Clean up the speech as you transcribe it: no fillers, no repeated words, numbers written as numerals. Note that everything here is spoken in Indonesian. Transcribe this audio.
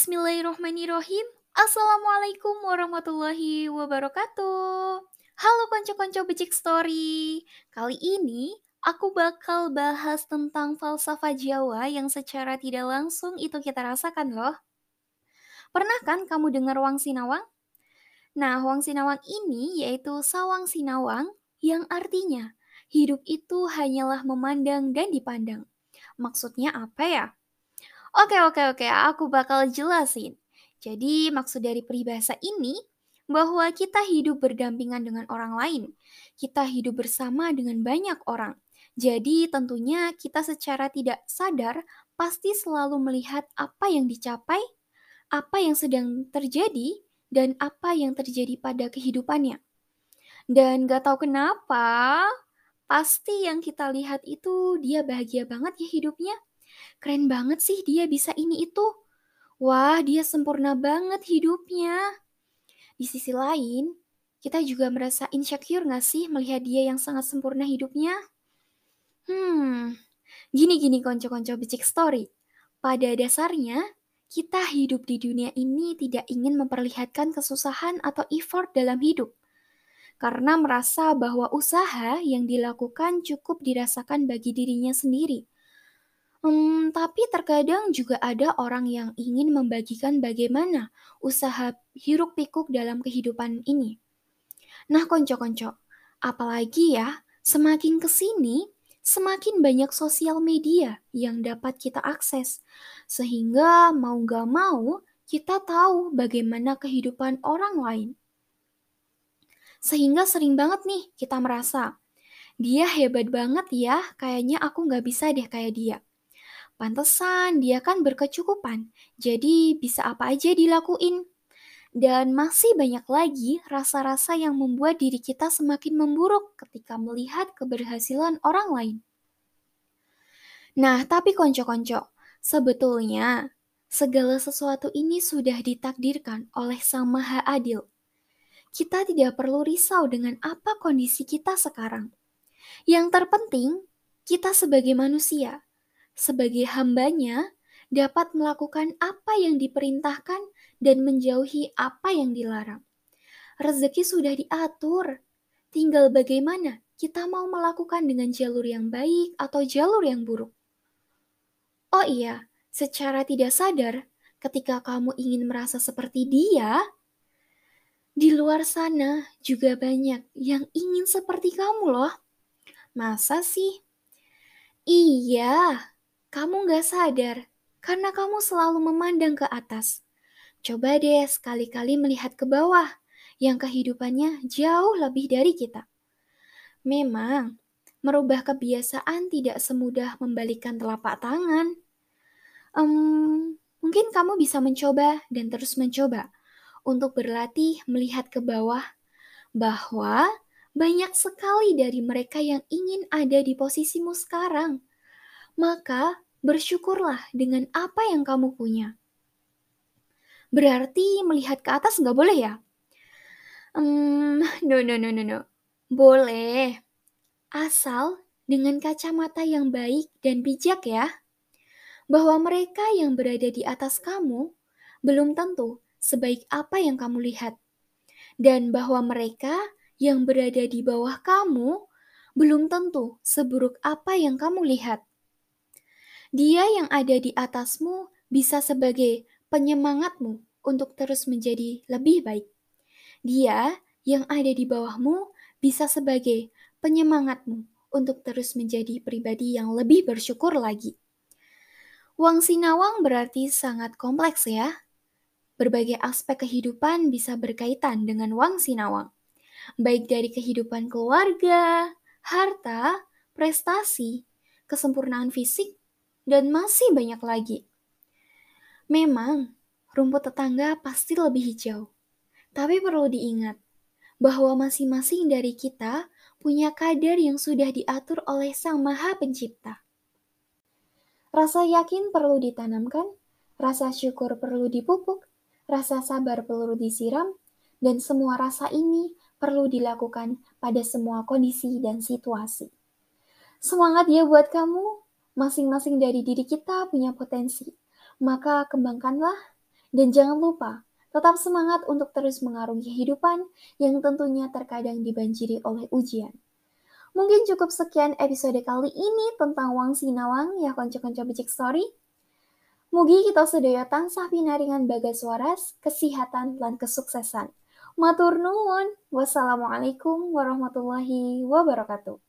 Bismillahirrohmanirrohim. Assalamualaikum warahmatullahi wabarakatuh. Halo konco-konco becik story. Kali ini aku bakal bahas tentang falsafah Jawa yang secara tidak langsung itu kita rasakan loh. Pernah kan kamu dengar Wang Sinawang? Nah, Wang Sinawang ini yaitu sawang sinawang yang artinya hidup itu hanyalah memandang dan dipandang. Maksudnya apa ya? Oke, aku bakal jelasin. Jadi, maksud dari peribahasa ini bahwa kita hidup berdampingan dengan orang lain. Kita hidup bersama dengan banyak orang. Jadi, tentunya kita secara tidak sadar pasti selalu melihat apa yang dicapai, apa yang sedang terjadi, dan apa yang terjadi pada kehidupannya. Dan gak tahu kenapa, pasti yang kita lihat itu dia bahagia banget ya hidupnya. Keren banget sih dia bisa ini itu. Wah, dia sempurna banget hidupnya. Di sisi lain, kita juga merasa insecure gak sih melihat dia yang sangat sempurna hidupnya? Hmm, gini konco-konco becik story. Pada dasarnya, kita hidup di dunia ini tidak ingin memperlihatkan kesusahan atau effort dalam hidup. Karena merasa bahwa usaha yang dilakukan cukup dirasakan bagi dirinya sendiri. Tapi terkadang juga ada orang yang ingin membagikan bagaimana usaha hiruk-pikuk dalam kehidupan ini. Nah, konco-konco, apalagi ya, semakin kesini, semakin banyak sosial media yang dapat kita akses. Sehingga mau gak mau, kita tahu bagaimana kehidupan orang lain. Sehingga sering banget nih kita merasa, dia hebat banget ya, kayaknya aku gak bisa deh kayak dia. Pantesan dia kan berkecukupan, jadi bisa apa aja dilakuin. Dan masih banyak lagi rasa-rasa yang membuat diri kita semakin memburuk ketika melihat keberhasilan orang lain. Nah, tapi konco-konco, sebetulnya segala sesuatu ini sudah ditakdirkan oleh Sang Maha Adil. Kita tidak perlu risau dengan apa kondisi kita sekarang. Yang terpenting, kita sebagai manusia, sebagai hambanya, dapat melakukan apa yang diperintahkan dan menjauhi apa yang dilarang. Rezeki sudah diatur, tinggal bagaimana kita mau melakukan dengan jalur yang baik atau jalur yang buruk. Oh iya, secara tidak sadar, ketika kamu ingin merasa seperti dia, di luar sana juga banyak yang ingin seperti kamu loh. Masa sih? Iya, kamu gak sadar karena kamu selalu memandang ke atas. Coba deh sekali-kali melihat ke bawah yang kehidupannya jauh lebih dari kita. Memang, merubah kebiasaan tidak semudah membalikkan telapak tangan. Mungkin kamu bisa mencoba dan terus mencoba untuk berlatih melihat ke bawah bahwa banyak sekali dari mereka yang ingin ada di posisimu sekarang. Maka bersyukurlah dengan apa yang kamu punya. Berarti melihat ke atas nggak boleh ya? No. Boleh. Asal dengan kacamata yang baik dan bijak ya. Bahwa mereka yang berada di atas kamu belum tentu sebaik apa yang kamu lihat. Dan bahwa mereka yang berada di bawah kamu belum tentu seburuk apa yang kamu lihat. Dia yang ada di atasmu bisa sebagai penyemangatmu untuk terus menjadi lebih baik. Dia yang ada di bawahmu bisa sebagai penyemangatmu untuk terus menjadi pribadi yang lebih bersyukur lagi. Wang Sinawang berarti sangat kompleks ya. Berbagai aspek kehidupan bisa berkaitan dengan Wang Sinawang. Baik dari kehidupan keluarga, harta, prestasi, kesempurnaan fisik, dan masih banyak lagi. Memang, rumput tetangga pasti lebih hijau. Tapi perlu diingat bahwa masing-masing dari kita punya kadar yang sudah diatur oleh Sang Maha Pencipta. Rasa yakin perlu ditanamkan, rasa syukur perlu dipupuk, rasa sabar perlu disiram, dan semua rasa ini perlu dilakukan pada semua kondisi dan situasi. Semangat ya buat kamu, masing-masing dari diri kita punya potensi. Maka kembangkanlah Dan jangan lupa, tetap semangat untuk terus mengarungi kehidupan yang tentunya terkadang dibanjiri oleh ujian. Mungkin cukup sekian episode kali ini tentang Wang Sinawang ya konco-konco Becik Story. Mugi kita sedaya tansah pinaringan bagas waras, kesehatan, lan kesuksesan. Matur nuwun. Wassalamualaikum warahmatullahi wabarakatuh.